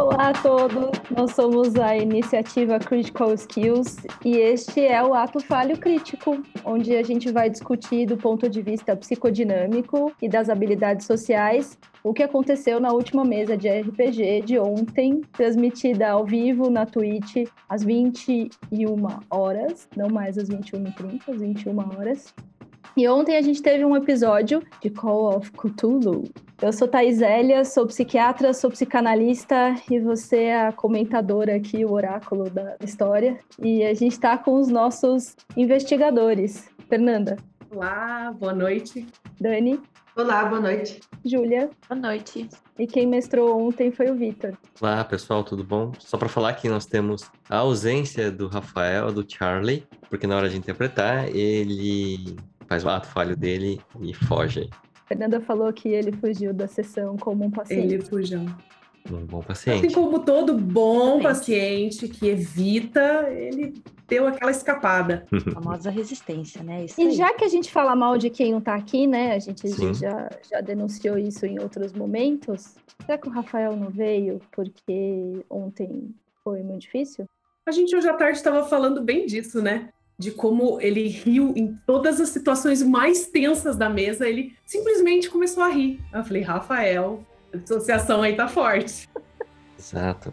Olá a todos, nós somos a iniciativa Critical Skills e este é o Ato Falho Crítico, onde a gente vai discutir do ponto de vista psicodinâmico e das habilidades sociais o que aconteceu na última mesa de RPG de ontem, transmitida ao vivo na Twitch às 21 horas, não mais às 21h30, às 21 horas. E ontem a gente teve um episódio de Call of Cthulhu. Eu sou Thaís Elia, sou psiquiatra, sou psicanalista e você é a comentadora aqui, o oráculo da história. E a gente está com os nossos investigadores. Fernanda. Olá, boa noite. Dani. Olá, boa noite. Júlia. Boa noite. E quem mestrou ontem foi o Vitor. Olá, pessoal, tudo bom? Só para falar que nós temos a ausência do Rafael, do Charlie, porque na hora de interpretar, ele faz o ato falho dele e foge. Fernanda falou que ele fugiu da sessão como um paciente. Ele fugiu. Um bom paciente. Assim como todo bom paciente que evita, ele deu aquela escapada. A famosa resistência, né? Isso E aí. já que a gente fala mal de quem não tá aqui, né? A gente Sim. já denunciou isso em outros momentos. Será que o Rafael não veio porque ontem foi muito difícil? A gente hoje à tarde estava falando bem disso, né? De como ele riu em todas as situações mais tensas da mesa, ele simplesmente começou a rir. Eu falei, Rafael, a dissociação aí tá forte. Exato.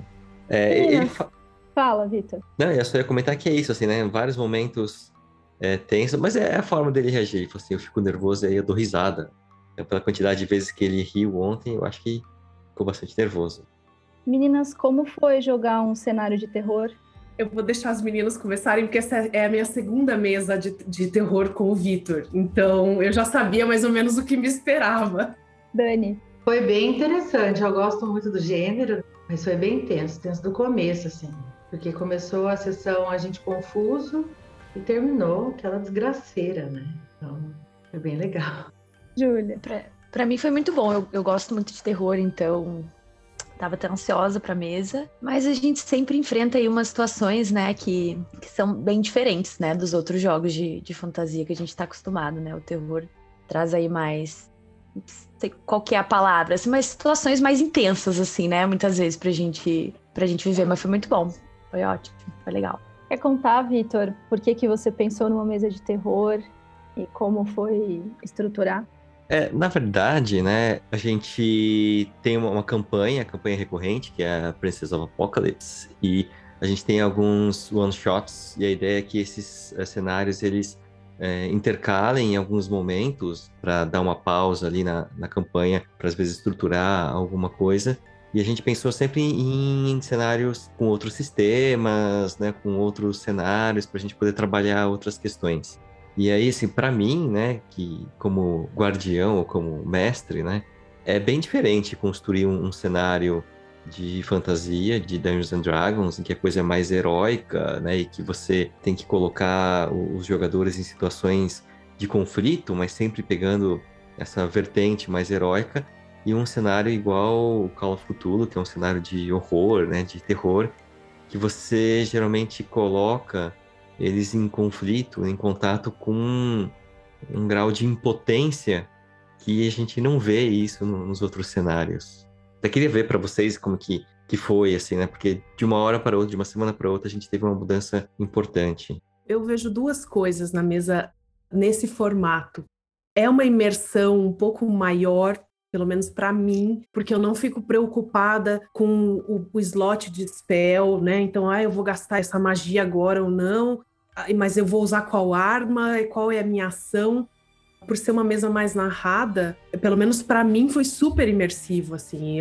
Fala, Vitor. Não, eu só ia comentar que é isso, assim, né? Em vários momentos tenso, mas é a forma dele reagir. Ele falou assim, eu fico nervoso e aí eu dou risada. Então, pela quantidade de vezes que ele riu ontem, eu acho que ficou bastante nervoso. Meninas, como foi jogar um cenário de terror? Eu vou deixar as meninas conversarem, porque essa é a minha segunda mesa de terror com o Vitor. Então, eu já sabia mais ou menos o que me esperava. Dani. Foi bem interessante, eu gosto muito do gênero, mas foi bem tenso do começo, assim. Porque começou a sessão a gente confuso e terminou aquela desgraceira, né? Então, foi bem legal. Júlia. Pra mim foi muito bom, eu gosto muito de terror, então tava até ansiosa pra mesa, mas a gente sempre enfrenta aí umas situações, né, que são bem diferentes, né, dos outros jogos de fantasia que a gente tá acostumado, né, o terror traz aí mais, não sei qual que é a palavra, assim, mas situações mais intensas, assim, né, muitas vezes pra gente viver, mas foi muito bom, foi ótimo, foi legal. Quer contar, Vitor, por que você pensou numa mesa de terror e como foi estruturar? Na verdade, né, a gente tem uma campanha recorrente, que é a Princess of Apocalypse, e a gente tem alguns one-shots, e a ideia é que esses cenários, eles intercalem em alguns momentos, para dar uma pausa ali na campanha, para às vezes estruturar alguma coisa, e a gente pensou sempre em cenários com outros sistemas, né, com outros cenários, para a gente poder trabalhar outras questões. E aí, assim, para mim, né, que como guardião ou como mestre, né, é bem diferente construir um cenário de fantasia, de Dungeons and Dragons, em que a coisa é mais heróica, né, e que você tem que colocar os jogadores em situações de conflito, mas sempre pegando essa vertente mais heróica, e um cenário igual o Call of Cthulhu, que é um cenário de horror, né, de terror, que você geralmente coloca eles em conflito, em contato com um grau de impotência que a gente não vê isso nos outros cenários. Até queria ver para vocês como que foi, assim, né? Porque de uma hora para outra, de uma semana para outra, a gente teve uma mudança importante. Eu vejo duas coisas na mesa nesse formato. É uma imersão um pouco maior, pelo menos para mim, porque eu não fico preocupada com o slot de spell, né? Então, eu vou gastar essa magia agora ou não, mas eu vou usar qual arma e qual é a minha ação. Por ser uma mesa mais narrada, pelo menos para mim foi super imersivo, assim.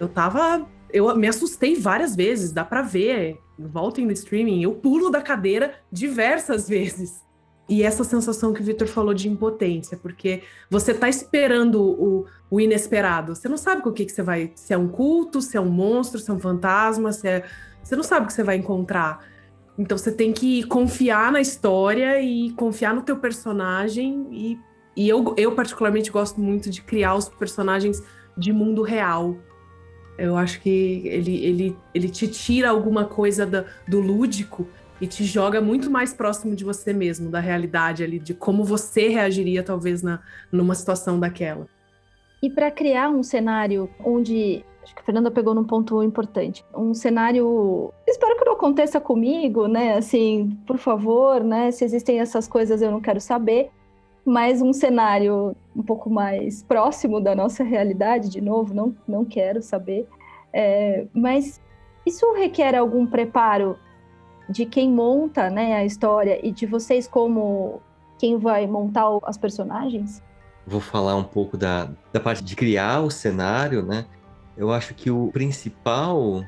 Eu me assustei várias vezes, dá para ver, voltem no streaming, eu pulo da cadeira diversas vezes. E essa sensação que o Vitor falou de impotência, porque você tá esperando o inesperado. Você não sabe o que você vai... Se é um culto, se é um monstro, se é um fantasma, você não sabe o que você vai encontrar. Então você tem que confiar na história e confiar no teu personagem. E eu particularmente gosto muito de criar os personagens de mundo real. Eu acho que ele te tira alguma coisa do lúdico e te joga muito mais próximo de você mesmo, da realidade ali, de como você reagiria talvez numa situação daquela. E para criar um cenário onde... Acho que a Fernanda pegou num ponto importante. Um cenário... Espero que não aconteça comigo, né? Assim, por favor, né? Se existem essas coisas, eu não quero saber. Mas um cenário um pouco mais próximo da nossa realidade, de novo, não quero saber. Mas isso requer algum preparo de quem monta, né, a história e de vocês como quem vai montar as personagens? Vou falar um pouco da parte de criar o cenário, né? Eu acho que a principal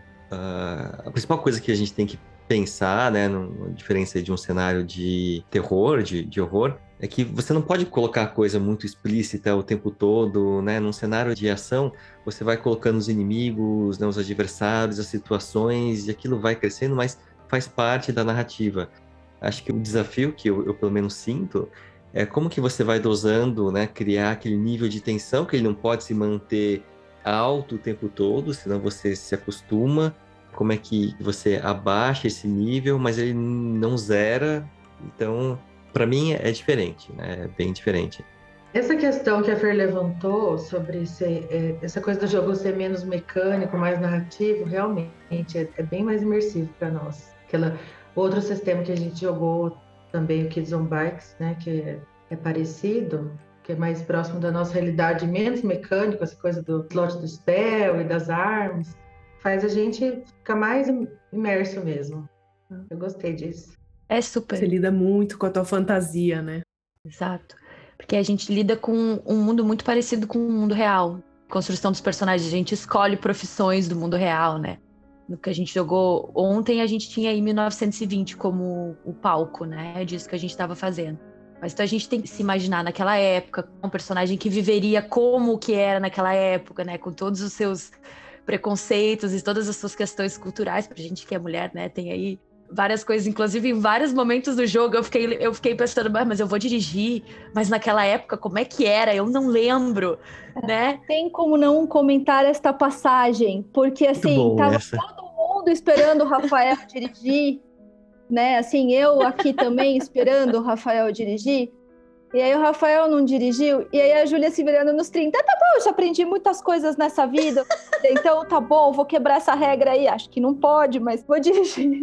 coisa que a gente tem que pensar, né, na diferença de um cenário de terror, de horror, é que você não pode colocar coisa muito explícita o tempo todo, né? Num cenário de ação, você vai colocando os inimigos, né, os adversários, as situações, e aquilo vai crescendo, mas faz parte da narrativa. Acho que o desafio que eu pelo menos sinto é como que você vai dosando, né, criar aquele nível de tensão que ele não pode se manter alto o tempo todo, senão você se acostuma. Como é que você abaixa esse nível, mas ele não zera. Então, para mim é diferente, né? É bem diferente. Essa questão que a Fer levantou sobre essa coisa do jogo ser menos mecânico, mais narrativo, realmente é bem mais imersivo para nós. Outro sistema que a gente jogou também, o Kids on Bikes, né, que é parecido, que é mais próximo da nossa realidade, menos mecânico, essa coisa do slot do spell e das armas, faz a gente ficar mais imerso mesmo. Eu gostei disso. É super. Você lida muito com a tua fantasia, né? Exato. Porque a gente lida com um mundo muito parecido com o mundo real. Construção dos personagens, a gente escolhe profissões do mundo real, né? No que a gente jogou ontem, a gente tinha aí 1920 como o palco, né? É disso que a gente estava fazendo. Mas então a gente tem que se imaginar naquela época, um personagem que viveria como que era naquela época, né? Com todos os seus preconceitos e todas as suas questões culturais. Pra gente que é mulher, né? Tem aí várias coisas, inclusive em vários momentos do jogo eu fiquei pensando, mas eu vou dirigir, mas naquela época como é que era? Eu não lembro, né? Tem como não comentar esta passagem, porque assim, tava todo mundo esperando o Rafael dirigir, né? Assim, eu aqui também esperando o Rafael dirigir, e aí o Rafael não dirigiu, e aí a Júlia se virando nos 30, tá bom, eu já aprendi muitas coisas nessa vida, então tá bom, vou quebrar essa regra aí, acho que não pode, mas vou dirigir.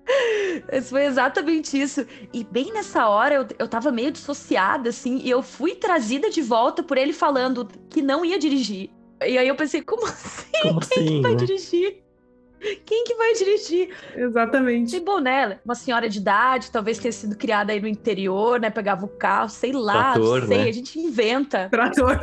Foi exatamente isso. E bem nessa hora eu tava meio dissociada, assim, e eu fui trazida de volta por ele falando que não ia dirigir. E aí eu pensei, como assim? Quem que vai dirigir? Quem que vai dirigir? Exatamente. E bom, né? Uma senhora de idade, talvez tenha sido criada aí no interior, né? Pegava o carro, sei lá, Trator, não sei, né? A gente inventa. Trator.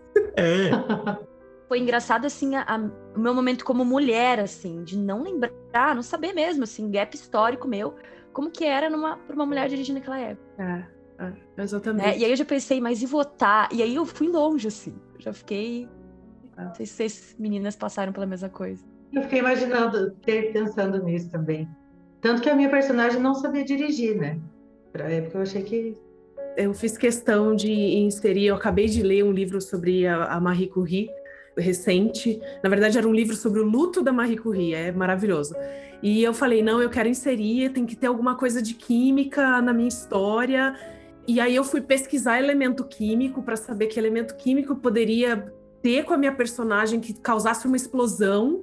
Foi engraçado, assim, o meu momento como mulher, assim, de não lembrar, não saber mesmo, assim, gap histórico meu, como que era pra uma mulher dirigindo naquela época. Exatamente. E aí eu já pensei, mas e votar? E aí eu fui longe, assim, já fiquei... Não sei se vocês meninas passaram pela mesma coisa. Eu fiquei imaginando, fiquei pensando nisso também. Tanto que a minha personagem não sabia dirigir, né? Pra época eu achei que... Eu fiz questão de inserir, eu acabei de ler um livro sobre a Marie Curie, recente. Na verdade, era um livro sobre o luto da Marie Curie, é maravilhoso. E eu falei, não, eu quero inserir, tem que ter alguma coisa de química na minha história. E aí eu fui pesquisar elemento químico para saber que elemento químico poderia ter com a minha personagem que causasse uma explosão.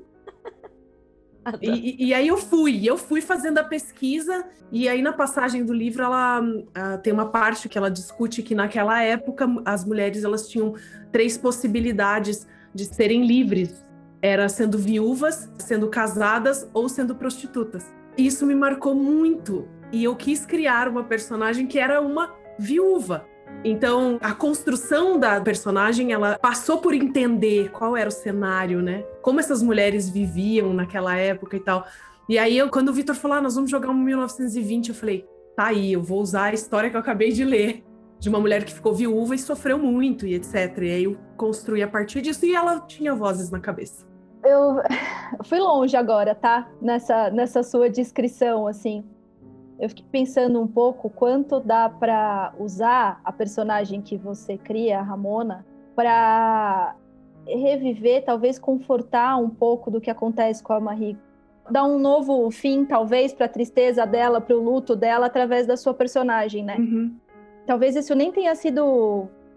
E aí eu fui fazendo a pesquisa, e aí na passagem do livro ela tem uma parte que ela discute que naquela época as mulheres elas tinham 3 possibilidades de serem livres. Era sendo viúvas, sendo casadas ou sendo prostitutas. Isso me marcou muito, e eu quis criar uma personagem que era uma viúva. Então, a construção da personagem, ela passou por entender qual era o cenário, né? Como essas mulheres viviam naquela época e tal. E aí, quando o Vitor falou, nós vamos jogar um 1920, eu falei, tá aí, eu vou usar a história que eu acabei de ler, de uma mulher que ficou viúva e sofreu muito e etc. E aí eu construí a partir disso e ela tinha vozes na cabeça. Eu fui longe agora, tá? Nessa sua descrição, assim. Eu fiquei pensando um pouco quanto dá para usar a personagem que você cria, a Ramona, para reviver, talvez confortar um pouco do que acontece com a Marie. Dar um novo fim, talvez, para a tristeza dela, para o luto dela, através da sua personagem, né? Uhum. Talvez isso nem tenha sido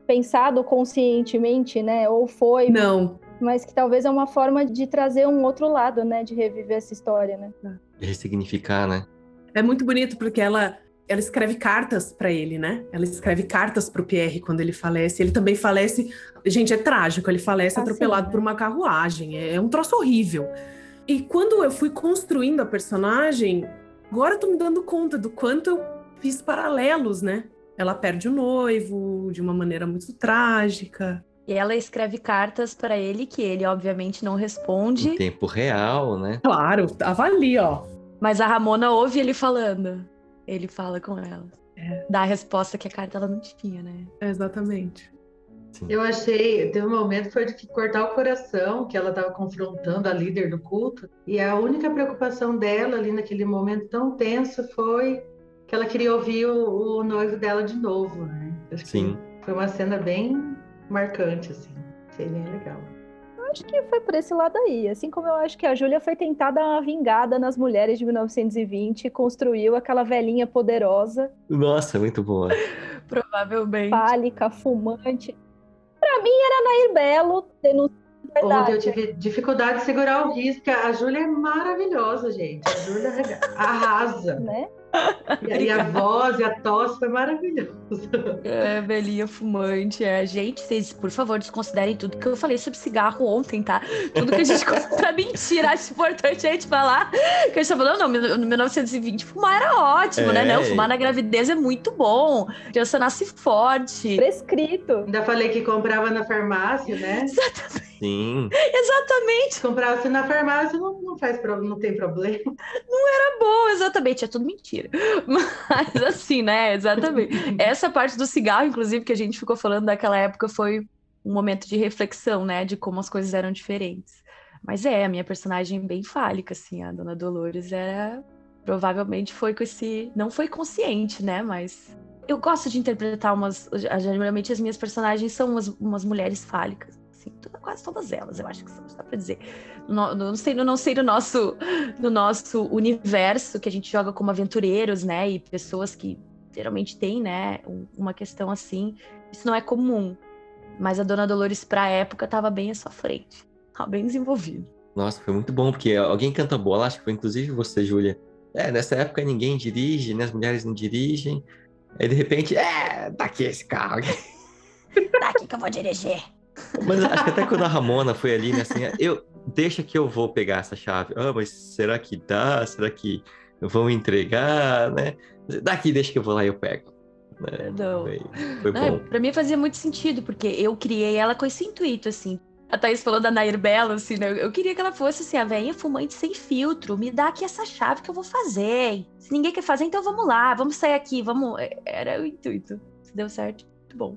pensado conscientemente, né? Ou foi, Não. mas que talvez é uma forma de trazer um outro lado, né? De reviver essa história, né? De ressignificar, né? É muito bonito porque ela escreve cartas para ele, né? Ela escreve cartas pro Pierre quando ele falece. Ele também falece... Gente, é trágico. Ele falece atropelado sim, né? por uma carruagem. É um troço horrível. E quando eu fui construindo a personagem, agora eu tô me dando conta do quanto eu fiz paralelos, né? Ela perde o noivo de uma maneira muito trágica. E ela escreve cartas para ele que ele, obviamente, não responde. Em tempo real, né? Claro, tava ali, ó. Mas a Ramona ouve ele falando. Ele fala com ela. Dá a resposta que a carta ela não tinha, né? Exatamente. Sim. Eu achei, teve um momento que foi de cortar o coração, que ela estava confrontando a líder do culto, e a única preocupação dela ali naquele momento tão tenso foi que ela queria ouvir o noivo dela de novo, né? Acho Sim. que foi uma cena bem marcante, assim. Achei bem legal. Acho que foi por esse lado aí. Assim como eu acho que a Júlia foi tentar dar uma vingada nas mulheres de 1920 e construiu aquela velhinha poderosa, Nossa, muito boa. Provavelmente. fálica, fumante. Pra mim era Nair Belo denunciando a Ontem eu verdade. tive dificuldade de segurar o riso, porque a Júlia é maravilhosa, gente. A Júlia arrasa. Né? E a voz e a tosse foi maravilhosa. É, velhinha fumante. Gente, vocês, por favor, desconsiderem tudo que eu falei sobre cigarro ontem, tá? Tudo que a gente considera mentira. Acho importante a gente falar que a gente tá falando, não, 1920 fumar era ótimo, né? Não, fumar na gravidez é muito bom. A criança nasce forte. Prescrito. Ainda falei que comprava na farmácia, né? Exatamente. Sim. Exatamente. Comprava assim na farmácia, não tem problema. Tá bom, exatamente. É tudo mentira. Mas assim, né? Exatamente. Essa parte do cigarro, inclusive, que a gente ficou falando naquela época, foi um momento de reflexão, né? De como as coisas eram diferentes. Mas a minha personagem bem fálica, assim, a Dona Dolores era... Provavelmente foi com esse... Não foi consciente, né? Mas... Eu gosto de interpretar geralmente as minhas personagens são umas mulheres fálicas. Assim, quase todas elas, eu acho que são, dá pra dizer. Não sei no nosso universo, que a gente joga como aventureiros, né? E pessoas que geralmente têm, né? Uma questão assim. Isso não é comum. Mas a Dona Dolores, pra época, tava bem à sua frente. Tava bem desenvolvido. Nossa, foi muito bom, porque alguém canta bola, acho que foi inclusive você, Júlia. Nessa época ninguém dirige, né? As mulheres não dirigem. Aí, de repente, tá aqui esse carro. Tá aqui que eu vou dirigir. Mas acho que até quando a Ramona foi ali, né, assim, deixa que eu vou pegar essa chave. Mas será que dá? Será que vão entregar, né? Daqui, deixa que eu vou lá e eu pego. Né? Não. Foi bom. Pra mim fazia muito sentido, porque eu criei ela com esse intuito, assim. A Thaís falou da Nair Belo, assim, né? Eu queria que ela fosse, assim, a velhinha fumante sem filtro. Me dá aqui essa chave que eu vou fazer. Se ninguém quer fazer, então vamos lá. Vamos sair aqui, vamos... Era o intuito. Se deu certo, muito bom.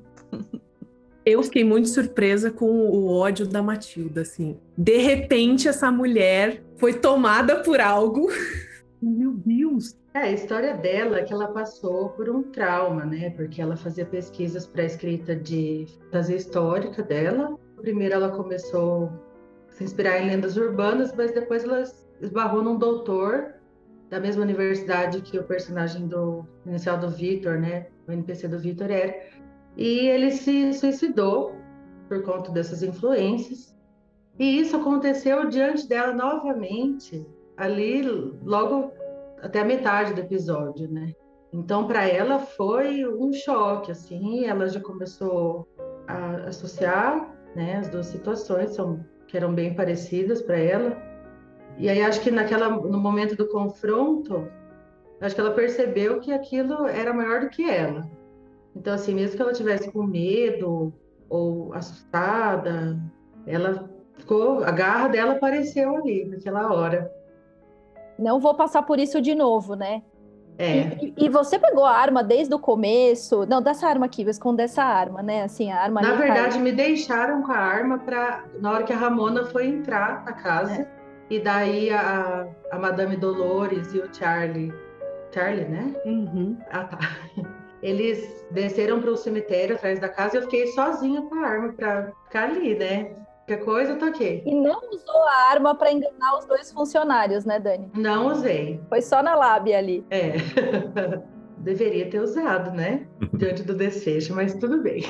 Eu fiquei muito surpresa com o ódio da Matilda, assim. De repente, essa mulher foi tomada por algo. Meu Deus! A história dela é que ela passou por um trauma, né? Porque ela fazia pesquisas para a escrita de fantasia histórica dela. Primeiro ela começou a se inspirar em lendas urbanas, mas depois ela esbarrou num doutor da mesma universidade que o personagem inicial do Victor, né? O NPC do Victor era. E ele se suicidou por conta dessas influências. E isso aconteceu diante dela novamente, ali logo até a metade do episódio, né? Então, para ela foi um choque, assim, ela já começou a associar, né, as duas situações que eram bem parecidas para ela. E aí acho que no momento do confronto, acho que ela percebeu que aquilo era maior do que ela. Então, assim, mesmo que ela tivesse com medo ou assustada, a garra dela apareceu ali naquela hora. Não vou passar por isso de novo, né? É. E você pegou a arma desde o começo? Não, dessa arma aqui, vou esconder essa arma, né? Assim, a arma Na ali verdade, me deixaram com a arma na hora que a Ramona foi entrar na casa. E daí a Madame Dolores e o Charlie, né? Uhum. Ah, tá. Eles desceram para o cemitério atrás da casa e eu fiquei sozinha com a arma para ficar ali, né? Qualquer coisa, eu toquei. E não usou a arma para enganar os dois funcionários, né, Dani? Não usei. Foi só na lábia ali. É. deveria ter usado, né? Diante do desfecho, mas tudo bem.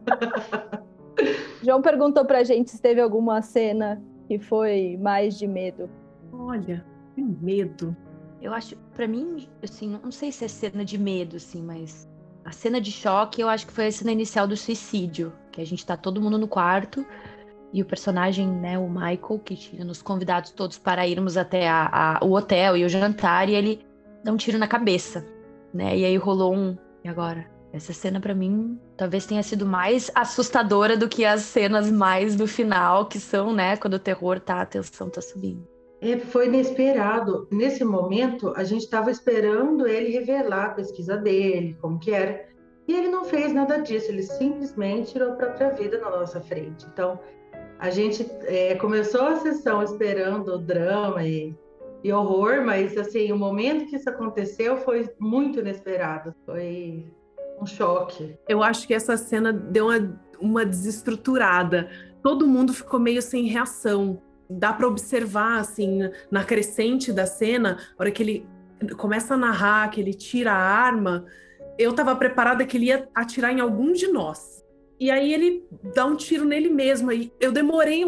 João perguntou pra gente se teve alguma cena que foi mais de medo. Olha, que medo. Eu acho, pra mim, assim, não sei se é cena de medo, assim, mas a cena de choque, eu acho que foi a cena inicial do suicídio, que a gente tá todo mundo no quarto e o personagem, né, o Michael, que tinha nos convidados todos para irmos até o hotel e o jantar, e ele dá um tiro na cabeça, né, e aí rolou e agora? Essa cena pra mim talvez tenha sido mais assustadora do que as cenas mais do final, que são, né, quando o terror tá, a tensão tá subindo. Foi inesperado. Nesse momento, a gente estava esperando ele revelar a pesquisa dele, como que era. E ele não fez nada disso, ele simplesmente tirou a própria vida na nossa frente. Então, a gente começou a sessão esperando o drama e horror, mas assim, o momento que isso aconteceu foi muito inesperado. Foi um choque. Eu acho que essa cena deu uma desestruturada. Todo mundo ficou meio sem reação. Dá para observar, assim, na crescente da cena, a hora que ele começa a narrar, que ele tira a arma, eu tava preparada que ele ia atirar em algum de nós. E aí ele dá um tiro nele mesmo. E eu demorei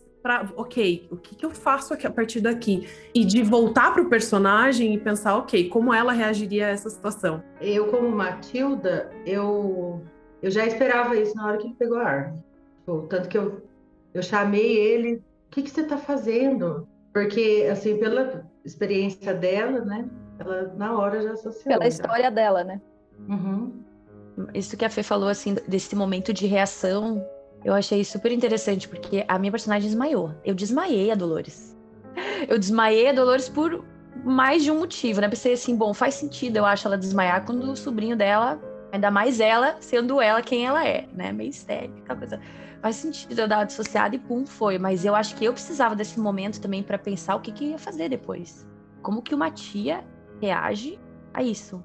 ok, o que eu faço aqui, a partir daqui? E de voltar pro personagem e pensar, ok, como ela reagiria a essa situação? Eu, como Matilda, eu já esperava isso na hora que ele pegou a arma. Tanto que eu chamei ele, o que você está fazendo? Porque, assim, pela experiência dela, né? Ela na hora já associou. Pela história dela, né? Uhum. Isso que a Fê falou, assim, desse momento de reação, eu achei super interessante, porque a minha personagem desmaiou. Eu desmaiei a Dolores. Eu desmaiei a Dolores por mais de um motivo, né? Pensei assim, bom, faz sentido, eu acho, ela desmaiar quando o sobrinho dela, ainda mais ela, sendo ela quem ela é, né? Meio histérica, aquela coisa. Faz sentido eu dar uma dissociada e pum, foi. Mas eu acho que eu precisava desse momento também pra pensar o que ia fazer depois. Como que uma tia reage a isso?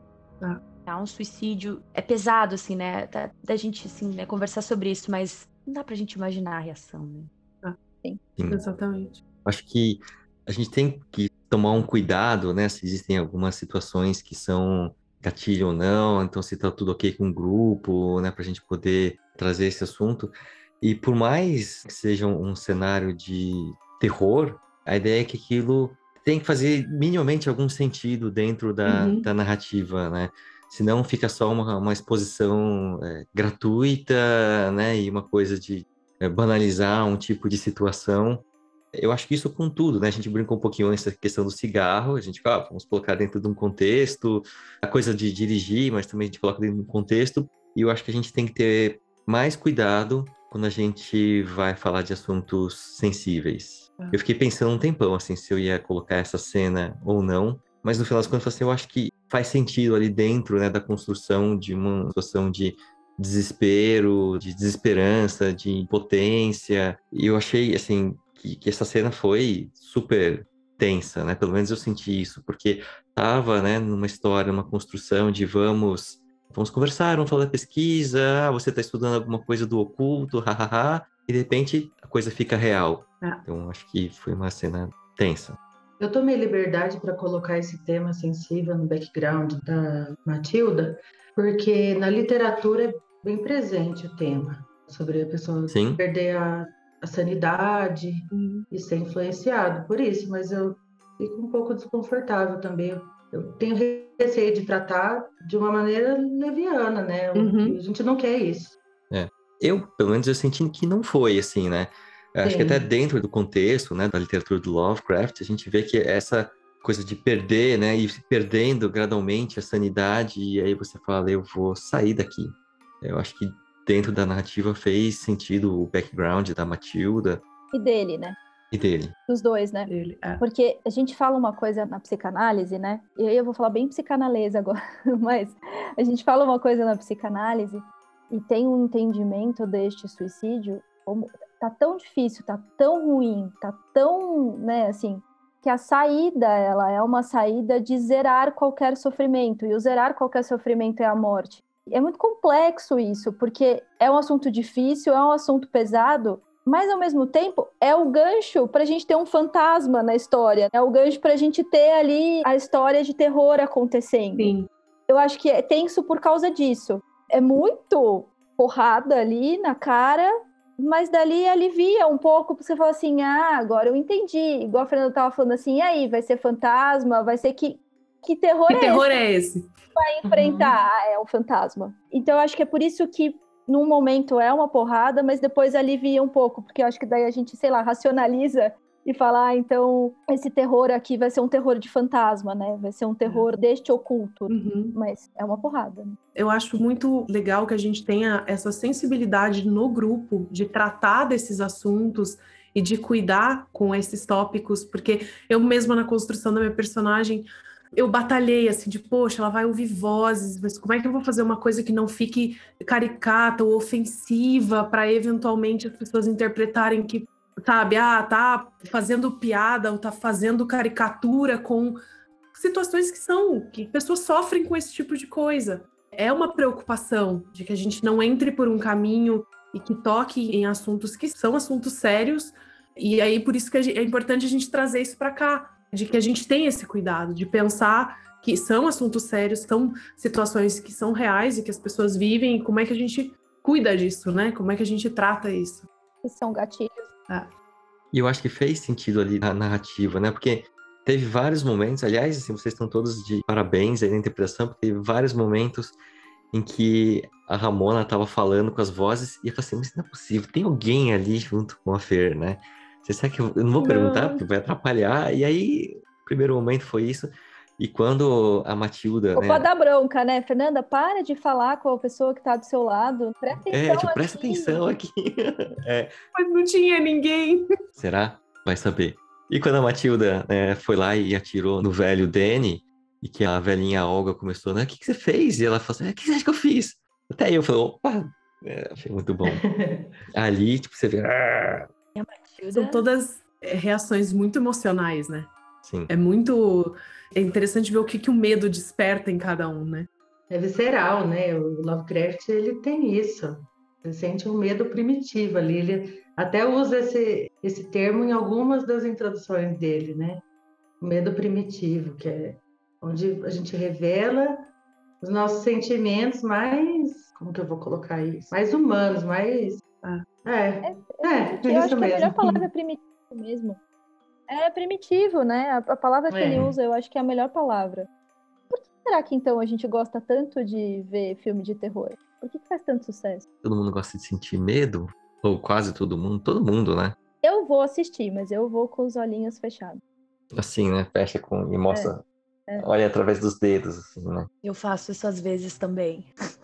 Um suicídio é pesado, assim, né? Da gente, assim, né, conversar sobre isso, mas não dá pra gente imaginar a reação, né? Sim. Exatamente. Acho que a gente tem que tomar um cuidado, né? Se existem algumas situações que são gatilho ou não, então se tá tudo ok com o grupo, né? Pra gente poder trazer esse assunto. E por mais que seja um cenário de terror, a ideia é que aquilo tem que fazer minimamente algum sentido dentro da narrativa, né? Senão fica só uma exposição gratuita, né? E uma coisa de banalizar um tipo de situação. Eu acho que isso com tudo, né? A gente brincou um pouquinho nessa questão do cigarro, a gente, vamos colocar dentro de um contexto, a coisa de dirigir, mas também a gente coloca dentro de um contexto, e eu acho que a gente tem que ter mais cuidado quando a gente vai falar de assuntos sensíveis. Eu fiquei pensando um tempão, assim, se eu ia colocar essa cena ou não, mas no final das contas, assim, eu acho que faz sentido ali dentro, né, da construção de uma situação de desespero, de desesperança, de impotência, e eu achei, assim, que essa cena foi super tensa, né, pelo menos eu senti isso, porque tava, né, numa história, numa construção de vamos conversar, vamos falar da pesquisa, você está estudando alguma coisa do oculto, hahaha, e de repente a coisa fica real. Então acho que foi uma cena tensa. Eu tomei liberdade para colocar esse tema sensível no background da Matilda, porque na literatura é bem presente o tema, sobre a pessoa perder a sanidade e ser influenciado por isso, mas eu fico um pouco desconfortável também. Eu tenho receio de tratar de uma maneira leviana, né? A gente não quer isso. Eu, pelo menos, eu senti que não foi assim, né? Eu acho que até dentro do contexto, né, da literatura do Lovecraft, a gente vê que essa coisa de perder, né, e perdendo gradualmente a sanidade, e aí você fala, eu vou sair daqui. Eu acho que dentro da narrativa fez sentido o background da Matilda. E dele, né? E dele. Dos dois, né? Dele, Porque a gente fala uma coisa na psicanálise, né? E aí eu vou falar bem psicanalesa agora, mas a gente fala uma coisa na psicanálise e tem um entendimento deste suicídio como tá tão difícil, tá tão ruim, tá tão, né, assim, que a saída, ela é uma saída de zerar qualquer sofrimento, e o zerar qualquer sofrimento é a morte. É muito complexo isso, porque é um assunto difícil, é um assunto pesado, mas ao mesmo tempo é o gancho pra gente ter um fantasma na história, é o gancho pra gente ter ali a história de terror acontecendo. Sim. Eu acho que é tenso por causa disso. É muito porrada ali na cara, mas dali alivia um pouco, porque você fala assim, agora eu entendi. Igual a Fernanda tava falando assim, e aí, vai ser fantasma? Vai ser que terror Que é terror esse? é esse? Vai enfrentar, é um fantasma. Então eu acho que é por isso que num momento é uma porrada, mas depois alivia um pouco, porque eu acho que daí a gente, sei lá, racionaliza e fala, então esse terror aqui vai ser um terror de fantasma, né? Vai ser um terror deste oculto. Mas é uma porrada, né? Eu acho muito legal que a gente tenha essa sensibilidade no grupo de tratar desses assuntos e de cuidar com esses tópicos, porque eu mesma na construção da minha personagem, eu batalhei assim de, poxa, ela vai ouvir vozes, mas como é que eu vou fazer uma coisa que não fique caricata ou ofensiva para eventualmente as pessoas interpretarem que, sabe, tá fazendo piada ou tá fazendo caricatura com situações que pessoas sofrem com esse tipo de coisa. É uma preocupação de que a gente não entre por um caminho e que toque em assuntos que são assuntos sérios, e aí por isso que é importante a gente trazer isso para cá, de que a gente tenha esse cuidado, de pensar que são assuntos sérios, são situações que são reais e que as pessoas vivem, e como é que a gente cuida disso, né? Como é que a gente trata isso? Que são gatilhos. E eu acho que fez sentido ali na narrativa, né? Porque teve vários momentos, aliás, assim, vocês estão todos de parabéns aí na interpretação, porque teve vários momentos em que a Ramona estava falando com as vozes e eu falei assim, mas não é possível, tem alguém ali junto com a Fer, né? Você sabe que eu não vou perguntar, porque vai atrapalhar. E aí, o primeiro momento foi isso. E quando a Matilda, Opa, dá bronca, né? Fernanda, para de falar com a pessoa que tá do seu lado. Presta atenção tipo, aqui. presta atenção aqui. Mas não tinha ninguém. Será? Vai saber. E quando a Matilda foi lá e atirou no velho Danny, e que a velhinha Olga começou, né? O que você fez? E ela falou assim, o que você acha que eu fiz? Até aí eu falei, opa, achei muito bom. Ali, tipo, você vê... São todas reações muito emocionais, né? Sim. É interessante ver o que o medo desperta em cada um, né? É visceral, né? O Lovecraft, ele tem isso. Você sente um medo primitivo ali. Ele até usa esse termo em algumas das introduções dele, né? O medo primitivo, que é onde a gente revela os nossos sentimentos mais... Como que eu vou colocar isso? Mais humanos, mais... Eu acho que a melhor palavra é primitivo mesmo. É primitivo, né? A palavra que ele usa, eu acho que é a melhor palavra. Por que será que, então, a gente gosta tanto de ver filme de terror? Por que faz tanto sucesso? Todo mundo gosta de sentir medo? Ou quase todo mundo, né? Eu vou assistir, mas eu vou com os olhinhos fechados. Assim, né? Fecha e mostra... Olha através dos dedos, assim, né? Eu faço isso às vezes também.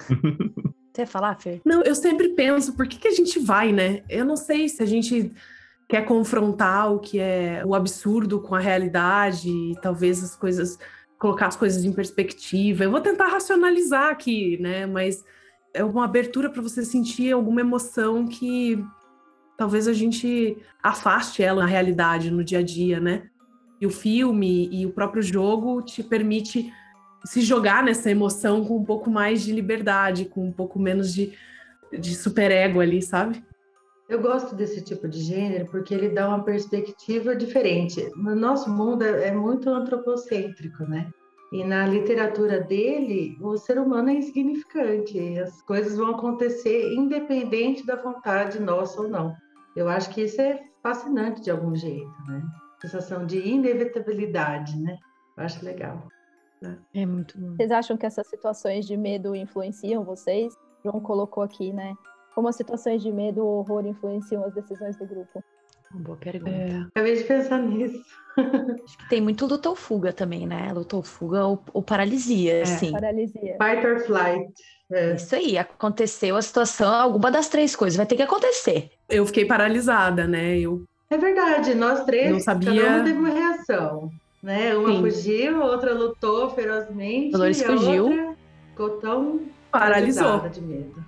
Você ia falar, Fer? Não, eu sempre penso, por que a gente vai, né? Eu não sei se a gente quer confrontar o que é o absurdo com a realidade, e talvez colocar as coisas em perspectiva. Eu vou tentar racionalizar aqui, né? Mas é uma abertura para você sentir alguma emoção que talvez a gente afaste ela na realidade, no dia a dia, né? E o filme e o próprio jogo te permite se jogar nessa emoção com um pouco mais de liberdade, com um pouco menos de superego ali, sabe? Eu gosto desse tipo de gênero porque ele dá uma perspectiva diferente. No nosso mundo é muito antropocêntrico, né? E na literatura dele, o ser humano é insignificante. As coisas vão acontecer independente da vontade nossa ou não. Eu acho que isso é fascinante de algum jeito, né? Sensação de inevitabilidade, né? Eu acho legal. É muito bom. Vocês acham que essas situações de medo influenciam vocês? O João colocou aqui, né? Como as situações de medo ou horror influenciam as decisões do grupo? Uma boa pergunta. Acabei de pensar nisso. Acho que tem muito luta ou fuga também, né? Luta ou fuga ou paralisia, assim. Paralisia. Fight or flight. Isso aí, aconteceu a situação, alguma das três coisas vai ter que acontecer. Eu fiquei paralisada, né? É verdade, nós três, não sabia... cada uma teve uma reação, né? Uma fugiu, a outra lutou ferozmente, Dolores e a fugiu. outra ficou tão paralisou de medo.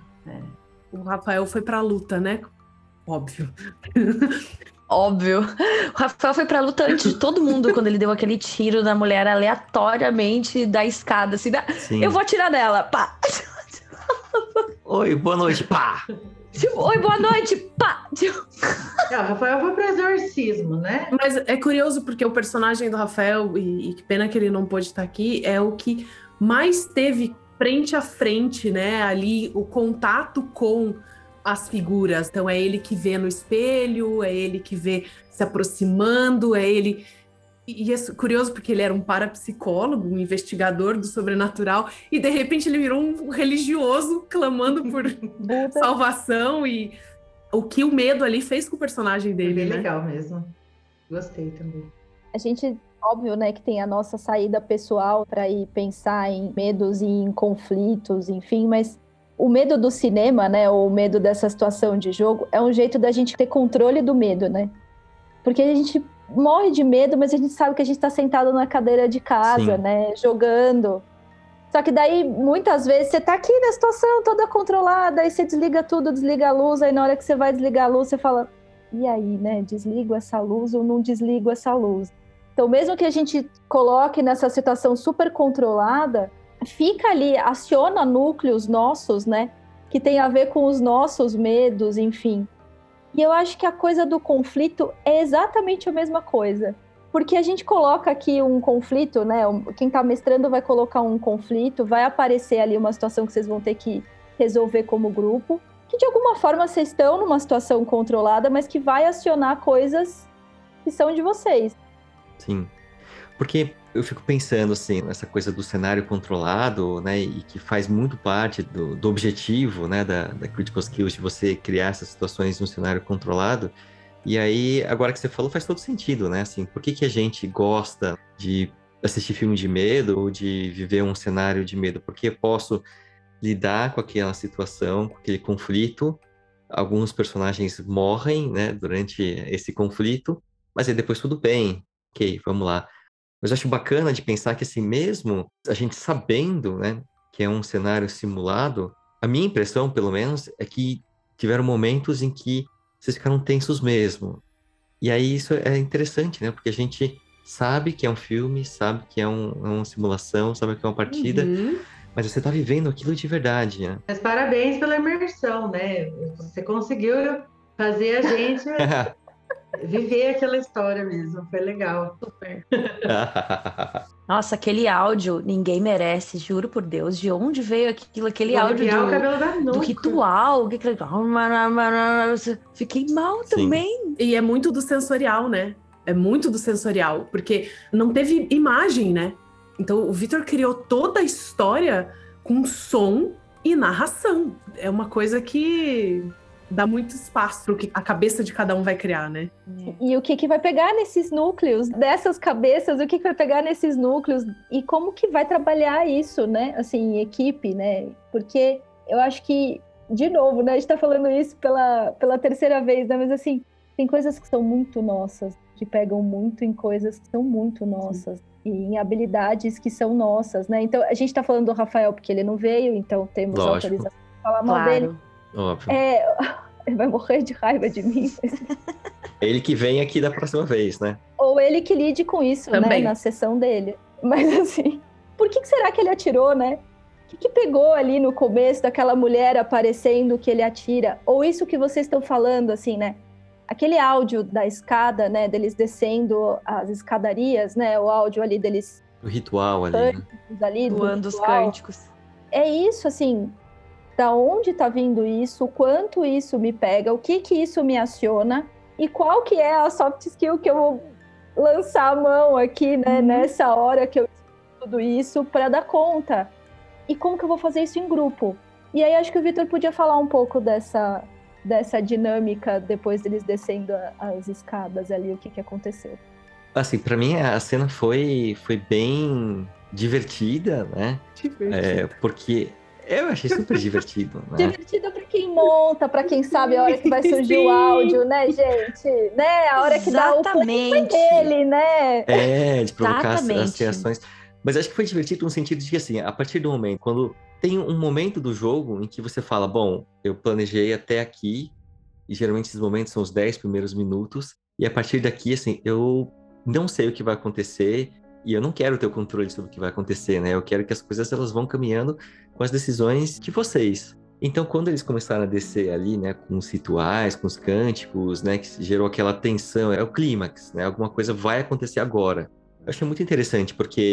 O Rafael foi pra luta, né? Óbvio. Óbvio. O Rafael foi pra luta antes de todo mundo quando ele deu aquele tiro na mulher aleatoriamente da escada, assim, eu vou atirar nela, pá! Oi, boa noite, pá! Oi, boa noite, pá! O Rafael foi pro exorcismo, né? Mas é curioso porque o personagem do Rafael, e que pena que ele não pôde estar aqui, é o que mais teve frente a frente, né, ali o contato com as figuras. Então é ele que vê no espelho, é ele que vê se aproximando, é ele... E é curioso porque ele era um parapsicólogo, um investigador do sobrenatural, e de repente ele virou um religioso clamando por salvação, e o que o medo ali fez com o personagem dele, bem né? legal mesmo. Gostei também. A gente, óbvio, né, que tem a nossa saída pessoal para ir pensar em medos e em conflitos, enfim, mas o medo do cinema, né, ou o medo dessa situação de jogo, é um jeito da gente ter controle do medo, né? Porque a gente morre de medo, mas a gente sabe que a gente está sentado na cadeira de casa, Sim. né, jogando. Só que daí, muitas vezes, você tá aqui na situação toda controlada, aí você desliga tudo, desliga a luz, aí na hora que você vai desligar a luz, você fala, e aí, né, desligo essa luz ou não desligo essa luz? Então, mesmo que a gente coloque nessa situação super controlada, fica ali, aciona núcleos nossos, né, que tem a ver com os nossos medos, enfim. E eu acho que a coisa do conflito é exatamente a mesma coisa. Porque a gente coloca aqui um conflito, né? Quem tá mestrando vai colocar um conflito, vai aparecer ali uma situação que vocês vão ter que resolver como grupo, que de alguma forma vocês estão numa situação controlada, mas que vai acionar coisas que são de vocês. Sim. Porque eu fico pensando, assim, nessa coisa do cenário controlado, né, e que faz muito parte do objetivo, né, da Critical Skills, de você criar essas situações num cenário controlado. E aí, agora que você falou, faz todo sentido, né, assim, por que a gente gosta de assistir filme de medo ou de viver um cenário de medo? Porque eu posso lidar com aquela situação, com aquele conflito, alguns personagens morrem, né, durante esse conflito, mas aí depois tudo bem, ok, vamos lá. Mas eu acho bacana de pensar que, assim, mesmo a gente sabendo, né, que é um cenário simulado, a minha impressão, pelo menos, é que tiveram momentos em que vocês ficaram tensos mesmo. E aí isso é interessante, né? Porque a gente sabe que é um filme, sabe que é uma simulação, sabe que é uma partida, mas você tá vivendo aquilo de verdade, né? Mas parabéns pela imersão, né? Você conseguiu fazer a gente viver aquela história mesmo. Foi legal. Super. Nossa, aquele áudio, ninguém merece, juro por Deus. De onde veio aquilo, aquele Vou áudio arrepiar o cabelo da do nuca. ritual? Fiquei mal Sim. também. E é muito do sensorial, né? É muito do sensorial, porque não teve imagem, né? Então o Victor criou toda a história com som e narração. É uma coisa que dá muito espaço para o que a cabeça de cada um vai criar, né? E o que vai pegar nesses núcleos, dessas cabeças, o que vai pegar nesses núcleos e como que vai trabalhar isso, né? Assim, em equipe, né? Porque eu acho que, de novo, né? A gente tá falando isso pela terceira vez, né? Mas assim, tem coisas que são muito nossas, que pegam muito em coisas que são muito nossas. Sim. E em habilidades que são nossas, né? Então, a gente tá falando do Rafael porque ele não veio, então temos autorização para falar mal dele. Óbvio. Ele vai morrer de raiva de mim. Ele que vem aqui da próxima vez, né? Ou ele que lide com isso, também, né? Na sessão dele. Mas assim, por que será que ele atirou, né? O que pegou ali no começo daquela mulher aparecendo que ele atira? Ou isso que vocês estão falando, assim, né? Aquele áudio da escada, né? Deles descendo as escadarias, né? O áudio ali deles... O ritual ali, né? Ali, voando os cânticos. É isso, assim... Da onde tá vindo isso, o quanto isso me pega, o que isso me aciona e qual que é a soft skill que eu vou lançar a mão aqui, né, nessa hora que eu estudo tudo isso para dar conta. E como que eu vou fazer isso em grupo? E aí acho que o Victor podia falar um pouco dessa dinâmica depois deles descendo as escadas ali, o que aconteceu. Assim, para mim a cena foi bem divertida, né? Porque... Eu achei super divertido, né? Divertido pra quem monta, pra quem sabe a hora que vai surgir o áudio, né, gente? Né? A hora que dá o play dele, né? De provocar as reações. Mas acho que foi divertido no sentido de que, assim, a partir do momento, quando tem um momento do jogo em que você fala, bom, eu planejei até aqui, e geralmente esses momentos são os 10 primeiros minutos, e a partir daqui, assim, eu não sei o que vai acontecer, e eu não quero ter o controle sobre o que vai acontecer, né? Eu quero que as coisas elas vão caminhando com as decisões de vocês. Então, quando eles começaram a descer ali, né, com os rituais, com os cânticos, né, que gerou aquela tensão, é o clímax, né? Alguma coisa vai acontecer agora. Eu achei muito interessante, porque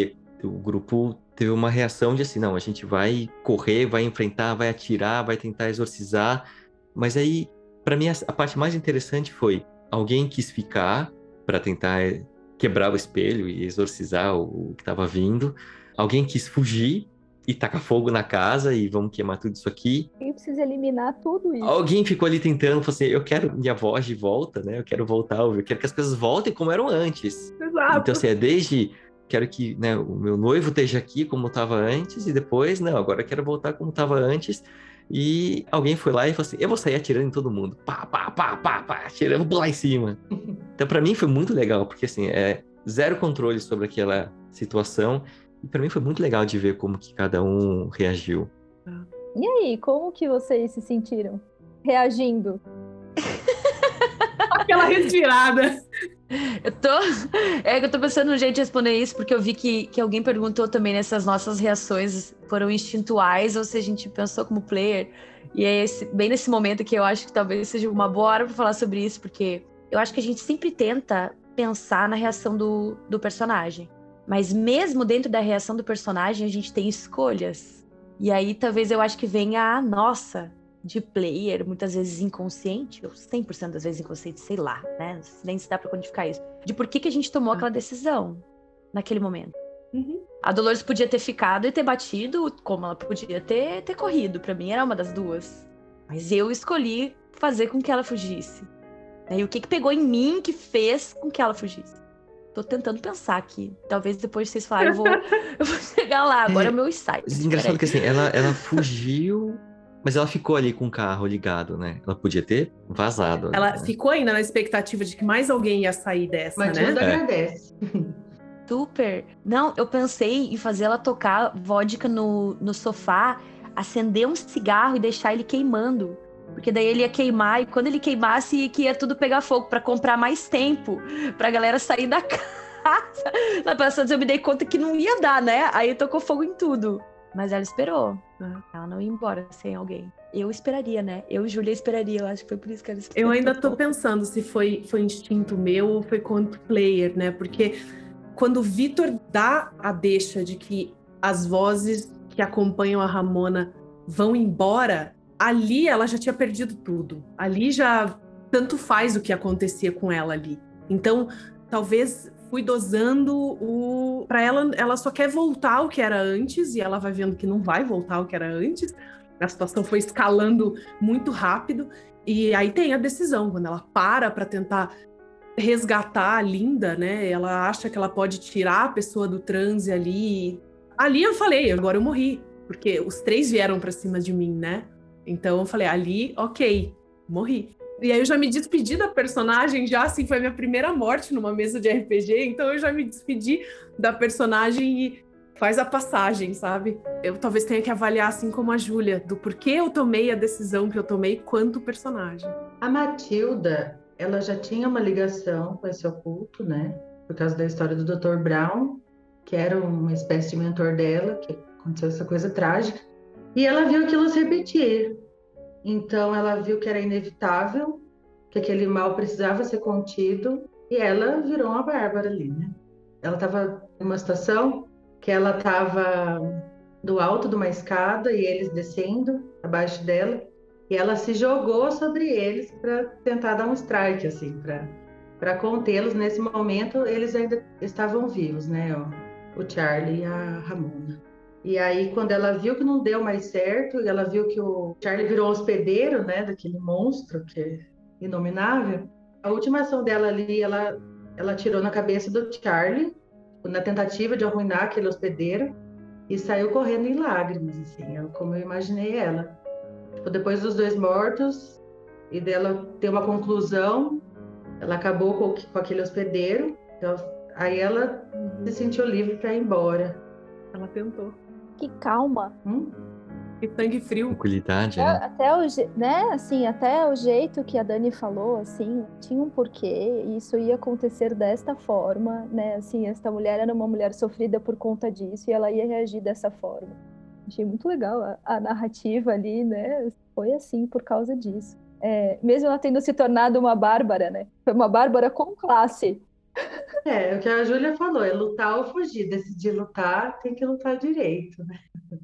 o grupo teve uma reação de assim, não, a gente vai correr, vai enfrentar, vai atirar, vai tentar exorcizar. Mas aí, para mim, a parte mais interessante foi alguém quis ficar para tentar quebrar o espelho e exorcizar o que estava vindo. Alguém quis fugir e tacar fogo na casa e vamos queimar tudo isso aqui. Quem precisa eliminar tudo isso? Alguém ficou ali tentando, falou assim, eu quero minha voz de volta, né? Eu quero voltar, eu quero que as coisas voltem como eram antes. Exato. Então, assim, quero que, né, o meu noivo esteja aqui como estava antes e depois, não, agora eu quero voltar como estava antes. E alguém foi lá e falou assim, eu vou sair atirando em todo mundo. Pá, pá, pá, pá, pá, atirando, vou pular em cima. Então, pra mim foi muito legal, porque assim, zero controle sobre aquela situação. E pra mim foi muito legal de ver como que cada um reagiu. E aí, como que vocês se sentiram reagindo? Aquela respirada. Eu tô pensando no jeito de responder isso, porque eu vi que alguém perguntou também nessas nossas reações foram instintuais ou se a gente pensou como player. E é bem nesse momento que eu acho que talvez seja uma boa hora pra falar sobre isso, porque eu acho que a gente sempre tenta pensar na reação do personagem. Mas mesmo dentro da reação do personagem, a gente tem escolhas. E aí talvez eu acho que venha a nossa de player, muitas vezes inconsciente, ou 100% das vezes inconsciente, sei lá, né? Nem se dá pra quantificar isso. De por que a gente tomou aquela decisão naquele momento. Uhum. A Dolores podia ter ficado e ter batido, como ela podia ter corrido. Pra mim era uma das duas. Mas eu escolhi fazer com que ela fugisse. E o que pegou em mim que fez com que ela fugisse? Tô tentando pensar aqui. Talvez depois vocês falarem, eu vou chegar lá. Agora é o meu insight. Engraçado que assim, ela fugiu, mas ela ficou ali com o carro ligado, né? Ela podia ter vazado. Ela né? ficou ainda na expectativa de que mais alguém ia sair dessa, Matilda né? agradece. Super. Não, eu pensei em fazer ela tocar vodka no sofá, acender um cigarro e deixar ele queimando. Porque daí ele ia queimar e quando ele queimasse que ia tudo pegar fogo pra comprar mais tempo, pra galera sair da casa. Na passada eu me dei conta que não ia dar, né? Aí tocou fogo em tudo. Mas ela esperou. Ela não ia embora sem alguém. Eu esperaria, né? Eu e Júlia esperaria. Eu acho que foi por isso que ela esperou. Eu ainda tô pensando se foi instinto meu ou foi quanto player, né? Porque quando o Vitor dá a deixa de que as vozes que acompanham a Ramona vão embora, ali ela já tinha perdido tudo. Ali já tanto faz o que acontecia com ela ali. Então, talvez fui dosando para ela só quer voltar ao que era antes e ela vai vendo que não vai voltar ao que era antes. A situação foi escalando muito rápido e aí tem a decisão, quando ela para tentar resgatar a Linda, né? Ela acha que ela pode tirar a pessoa do transe ali. Ali eu falei, agora eu morri, porque os três vieram pra cima de mim, né? Então eu falei, ali, ok, morri. E aí eu já me despedi da personagem, já assim, foi a minha primeira morte numa mesa de RPG, então eu já me despedi da personagem e faz a passagem, sabe? Eu talvez tenha que avaliar, assim como a Júlia, do porquê eu tomei a decisão que eu tomei quanto personagem. A Matilda, ela já tinha uma ligação com esse oculto, né? Por causa da história do Dr. Brown, que era uma espécie de mentor dela, que aconteceu essa coisa trágica. E ela viu aquilo se repetir. Então, ela viu que era inevitável, que aquele mal precisava ser contido, e ela virou uma bárbara ali, né? Ela estava numa situação que ela estava do alto de uma escada e eles descendo abaixo dela, e ela se jogou sobre eles para tentar dar um strike, assim, para contê-los. Nesse momento, eles ainda estavam vivos, né? O Charlie e a Ramona. E aí, quando ela viu que não deu mais certo, e ela viu que o Charlie virou um hospedeiro, né, daquele monstro que é inominável, a última ação dela ali, ela atirou na cabeça do Charlie, na tentativa de arruinar aquele hospedeiro, e saiu correndo em lágrimas, assim, como eu imaginei ela. Tipo, depois dos dois mortos, e dela ter uma conclusão, ela acabou com aquele hospedeiro, então, aí ela se sentiu livre para ir embora. Ela tentou. Que calma. Que sangue frio. Tranquilidade, né? Até o jeito que a Dani falou, assim, tinha um porquê, e isso ia acontecer desta forma, né? Assim, esta mulher era uma mulher sofrida por conta disso, e ela ia reagir dessa forma. Achei muito legal a narrativa ali, né? Foi assim por causa disso. Mesmo ela tendo se tornado uma bárbara, né? Foi uma bárbara com classe. É o que a Júlia falou, é lutar ou fugir. Decidir lutar, tem que lutar direito, né?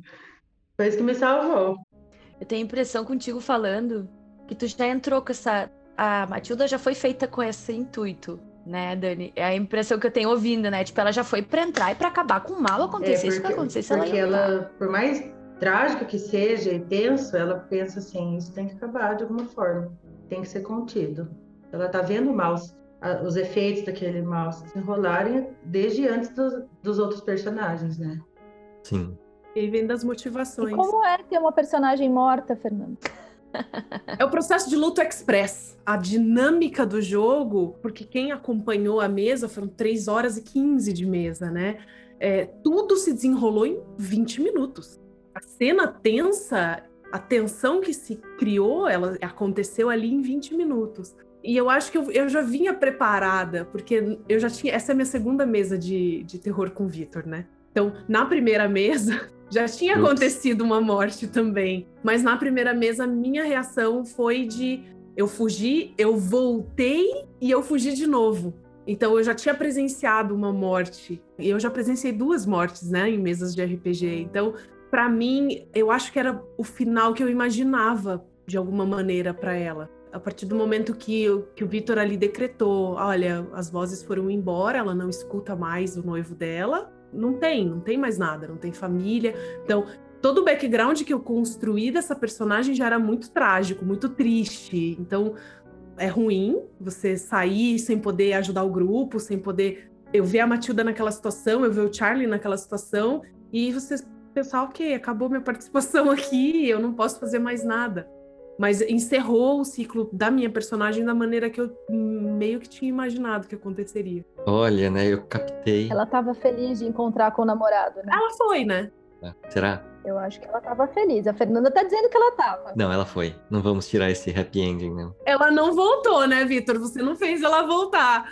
Foi isso que me salvou. Eu tenho a impressão contigo falando que tu já entrou com essa... A Matilda já foi feita com esse intuito, né, Dani? É a impressão que eu tenho ouvindo, né? Tipo, ela já foi pra entrar e pra acabar com o mal acontecesse o que acontecesse, ela Porque ia lutar. ela, por mais trágico que seja e tenso, ela pensa assim, isso tem que acabar de alguma forma, tem que ser contido. Ela tá vendo o mal, os efeitos daquele mal se desenrolarem desde antes dos outros personagens, né? Sim. E vem das E motivações. como é ter uma personagem morta, Fernando? É o processo de luto express. A dinâmica do jogo, porque quem acompanhou a mesa foram 3 horas e 15 de mesa, né? Tudo se desenrolou em 20 minutos. A cena tensa, a tensão que se criou, ela aconteceu ali em 20 minutos. E eu acho que eu já vinha preparada, porque eu já tinha... Essa é a minha segunda mesa de terror com o Vitor, né? Então, na primeira mesa... Já tinha acontecido uma morte também, mas na primeira mesa a minha reação foi de eu fugi, eu voltei e eu fugi de novo. Então eu já tinha presenciado uma morte, e eu já presenciei 2 mortes, né, em mesas de RPG. Então, para mim, eu acho que era o final que eu imaginava de alguma maneira para ela. A partir do momento que o Vitor ali decretou, olha, as vozes foram embora, ela não escuta mais o noivo dela. Não tem mais nada, não tem família. Então, todo o background que eu construí dessa personagem já era muito trágico, muito triste. Então, é ruim você sair sem poder ajudar o grupo, sem poder... Eu ver a Matilda naquela situação, eu ver o Charlie naquela situação, e você pensar, ok, acabou minha participação aqui, eu não posso fazer mais nada. Mas encerrou o ciclo da minha personagem da maneira que eu meio que tinha imaginado que aconteceria. Olha, né? Eu captei. Ela tava feliz de encontrar com o namorado, né? Ela foi, né? Será? Eu acho que ela tava feliz. A Fernanda tá dizendo que ela tava. Não, ela foi. Não vamos tirar esse happy ending, não. Ela não voltou, né, Vitor? Você não fez ela voltar.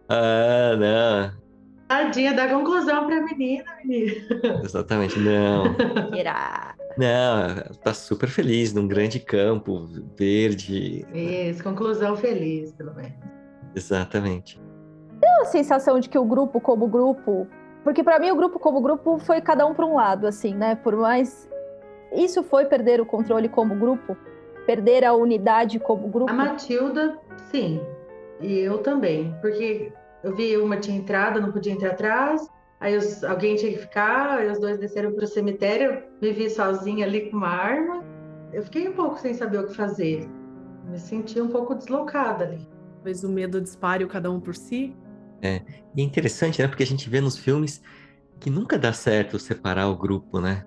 Ah, não. Tadinha, dá conclusão pra menina. Exatamente, não. Irá. Não, ela tá super feliz num grande campo verde. Isso, conclusão feliz, pelo menos. Exatamente. A sensação de que o grupo como grupo... Porque pra mim o grupo como grupo foi cada um pra um lado, assim, né? Por mais... Isso foi perder o controle como grupo? Perder a unidade como grupo? A Matilda, sim. E eu também. Porque eu vi uma tinha entrada, não podia entrar atrás. Aí alguém tinha que ficar, aí os 2 desceram pro cemitério. Me vi sozinha ali com uma arma. Eu fiquei um pouco sem saber o que fazer. Me senti um pouco deslocada ali. Talvez o medo dispare o cada um por si. E é interessante, né? Porque a gente vê nos filmes que nunca dá certo separar o grupo, né?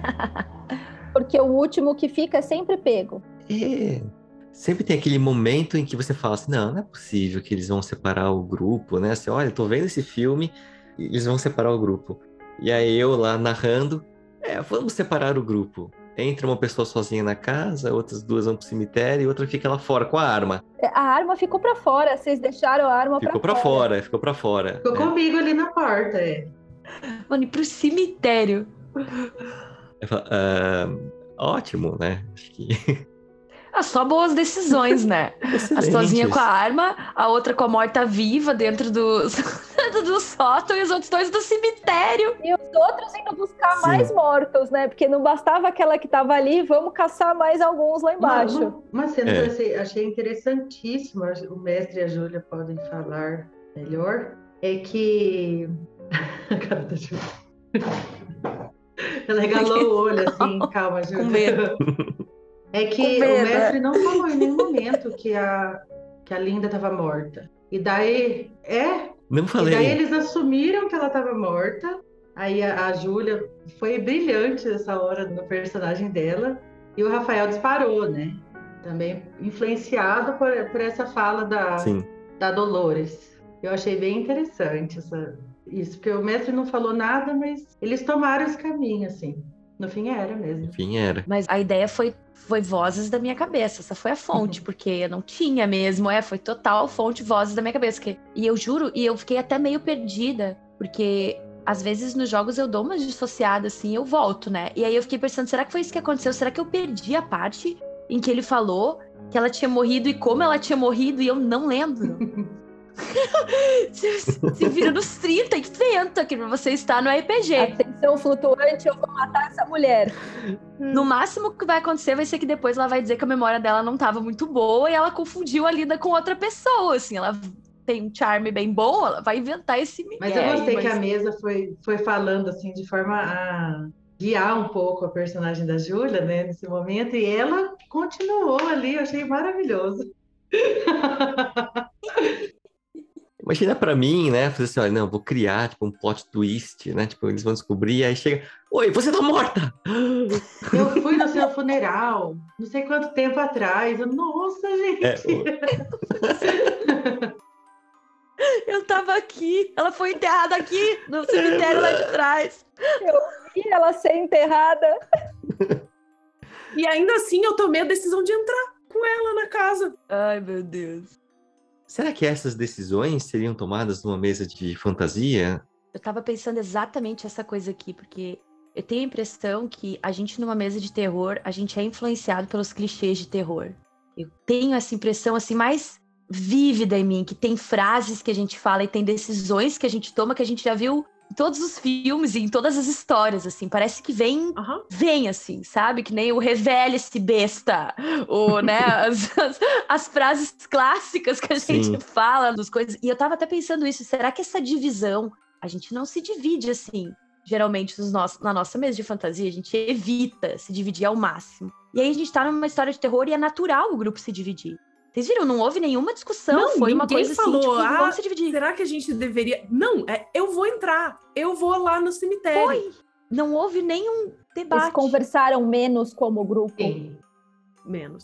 Porque o último que fica é sempre pego. Sempre tem aquele momento em que você fala assim, não é possível que eles vão separar o grupo, né? Assim, olha, eu tô vendo esse filme e eles vão separar o grupo. E aí eu lá narrando, vamos separar o grupo. Entra uma pessoa sozinha na casa, outras 2 vão pro cemitério e outra fica lá fora com a arma. A arma ficou pra fora, vocês deixaram a arma Ficou pra pra fora. fora, ficou pra fora. Ficou comigo ali na porta, Mano, e pro cemitério. Eu falo, ótimo, né? Acho que... Só boas decisões, né? A situazinha com a arma, a outra com a morta-viva dentro do sótão e os outros 2 do cemitério. E os outros indo buscar mais mortos, né? Porque não bastava aquela que tava ali, vamos caçar mais alguns lá embaixo. Uma cena que eu achei interessantíssima, o mestre e a Júlia podem falar melhor, é que... A cara da Júlia. Ela regalou o olho assim, calma, Júlia. Com medo. É que o mestre não falou em nenhum momento que a Linda estava morta. E daí... Não falei. E daí eles assumiram que ela estava morta. Aí a Júlia foi brilhante nessa hora no personagem dela. E o Rafael disparou, né? Também influenciado por essa fala da Dolores. Eu achei bem interessante isso, porque o mestre não falou nada, mas eles tomaram esse caminho, assim. No fim era mesmo. No fim era. Mas a ideia foi vozes da minha cabeça. Essa foi a fonte, porque eu não tinha mesmo. Foi total fonte, vozes da minha cabeça. E eu juro, eu fiquei até meio perdida, porque às vezes nos jogos eu dou uma dissociada, assim, eu volto, né? E aí eu fiquei pensando, será que foi isso que aconteceu? Será que eu perdi a parte em que ele falou que ela tinha morrido e como ela tinha morrido e eu não lembro? Se vira nos 30, enfrenta, que você está no RPG. Atenção flutuante, eu vou matar essa mulher. No máximo que vai acontecer vai ser que depois ela vai dizer que a memória dela não estava muito boa e ela confundiu a Lida com outra pessoa, assim, ela tem um charme bem bom, ela vai inventar esse migué. Mas eu gostei que a mesa foi falando, assim, de forma a guiar um pouco a personagem da Júlia, né, nesse momento, e ela continuou ali, eu achei maravilhoso. Imagina pra mim, né? Fazer assim, olha, não, vou criar, tipo, um plot twist, né? Tipo, eles vão descobrir, aí chega, oi, você tá morta! Eu fui no seu funeral, não sei quanto tempo atrás. Nossa, gente! Eu tava aqui, ela foi enterrada aqui, no cemitério lá de trás. Eu vi ela ser enterrada. E ainda assim eu tomei a decisão de entrar com ela na casa. Ai, meu Deus. Será que essas decisões seriam tomadas numa mesa de fantasia? Eu tava pensando exatamente essa coisa aqui, porque eu tenho a impressão que a gente numa mesa de terror, a gente é influenciado pelos clichês de terror. Eu tenho essa impressão, assim, mais vívida em mim, que tem frases que a gente fala e tem decisões que a gente toma que a gente já viu em todos os filmes e em todas as histórias, assim. Parece que vem, assim, sabe? Que nem o revele-se besta, ou, né, as frases clássicas que a gente fala das coisas. E eu tava até pensando isso, será que essa divisão, a gente não se divide, assim, geralmente na nossa mesa de fantasia, a gente evita se dividir ao máximo. E aí a gente tá numa história de terror e é natural o grupo se dividir. Vocês viram? Não houve nenhuma discussão. Não, foi uma coisa falou, assim, tipo, vamos se dividir. Será que a gente deveria... Não, eu vou entrar. Eu vou lá no cemitério. Foi. Não houve nenhum debate. Eles conversaram menos como grupo? Sim. Menos.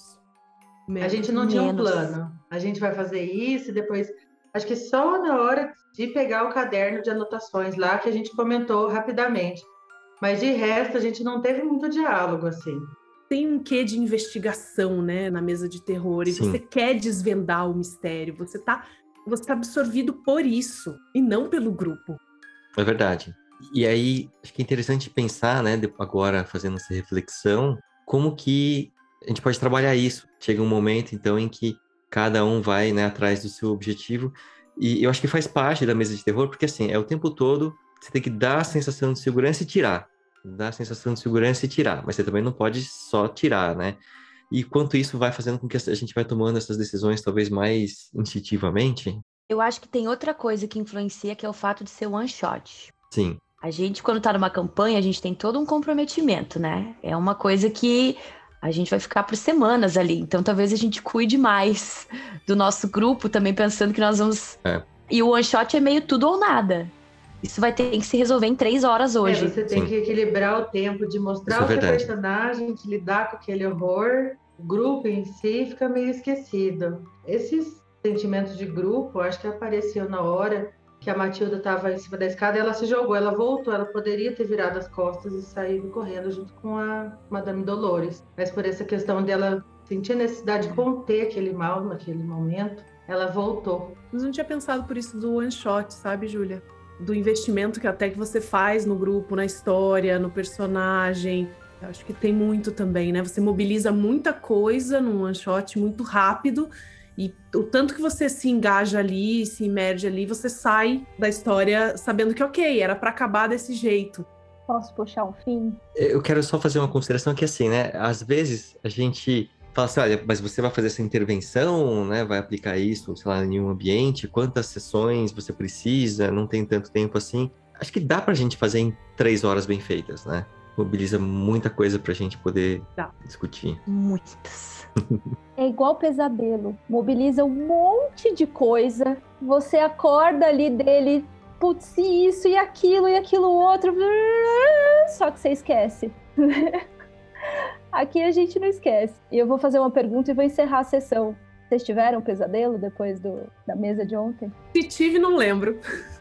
A gente não tinha um plano. A gente vai fazer isso e depois... Acho que só na hora de pegar o caderno de anotações lá que a gente comentou rapidamente. Mas de resto, a gente não teve muito diálogo, assim. Tem um quê de investigação, né, na mesa de terror, e você quer desvendar o mistério, você tá absorvido por isso, e não pelo grupo. É verdade. E aí, acho que é interessante pensar, né, agora fazendo essa reflexão, como que a gente pode trabalhar isso. Chega um momento, então, em que cada um vai, né, atrás do seu objetivo, e eu acho que faz parte da mesa de terror, porque, assim, é o tempo todo, você tem que dar a sensação de segurança e tirar. Dá a sensação de segurança e tirar, mas você também não pode só tirar, né? E quanto isso vai fazendo com que a gente vai tomando essas decisões talvez mais instintivamente? Eu acho que tem outra coisa que influencia, que é o fato de ser one shot. Sim. A gente, quando tá numa campanha, a gente tem todo um comprometimento, né? É uma coisa que a gente vai ficar por semanas ali, então talvez a gente cuide mais do nosso grupo, também pensando que nós vamos... E o one shot é meio tudo ou nada. Isso vai ter que se resolver em 3 horas hoje. Você tem que equilibrar o tempo de mostrar o seu personagem, de lidar com aquele horror. O grupo em si fica meio esquecido. Esses sentimentos de grupo, acho que apareceu na hora que a Matilda estava em cima da escada e ela se jogou, ela voltou, ela poderia ter virado as costas e saído correndo junto com a Madame Dolores. Mas por essa questão dela sentir a necessidade de conter aquele mal naquele momento, ela voltou. Mas não tinha pensado por isso do one shot, sabe, Júlia? Do investimento que até que você faz no grupo, na história, no personagem. Eu acho que tem muito também, né? Você mobiliza muita coisa num one shot muito rápido e o tanto que você se engaja ali, se imerge ali, você sai da história sabendo que ok, era pra acabar desse jeito. Posso puxar um fim? Eu quero só fazer uma consideração que assim, né? Às vezes a gente fala assim, olha, mas você vai fazer essa intervenção, né? Vai aplicar isso, sei lá, em um ambiente, quantas sessões você precisa, não tem tanto tempo assim. Acho que dá pra gente fazer em 3 horas bem feitas, né? Mobiliza muita coisa pra gente poder discutir. Muitas. É igual pesadelo. Mobiliza um monte de coisa. Você acorda ali dele, putz, isso e aquilo outro. Só que você esquece. Aqui a gente não esquece. E eu vou fazer uma pergunta e vou encerrar a sessão. Vocês tiveram pesadelo depois da mesa de ontem? Se tive, não lembro.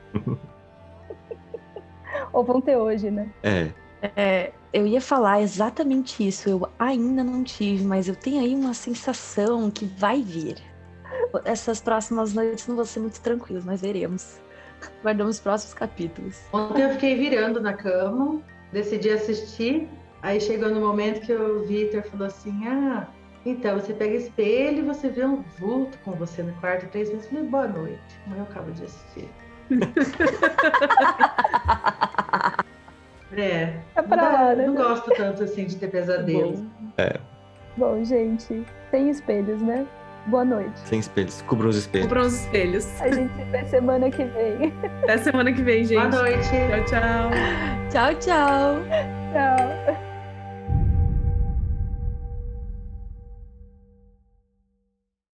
Ou vão ter hoje, né? Eu ia falar exatamente isso. Eu ainda não tive, mas eu tenho aí uma sensação que vai vir. Essas próximas noites não vão ser muito tranquilas, mas veremos. Guardamos os próximos capítulos. Ontem eu fiquei virando na cama, decidi assistir. Aí chegou no momento que o Vitor falou assim, Então, você pega espelho e você vê um vulto com você no quarto 3 vezes. Falei, boa noite. Amanhã eu acabo de assistir. É pra lá, né? Não gosto tanto assim de ter pesadelos. Bom, gente, sem espelhos, né? Boa noite. Sem espelhos. Cubram os espelhos. Comprar uns espelhos. A gente se vê semana que vem. Até semana que vem, gente. Boa noite. Tchau, tchau. Tchau, tchau. Tchau.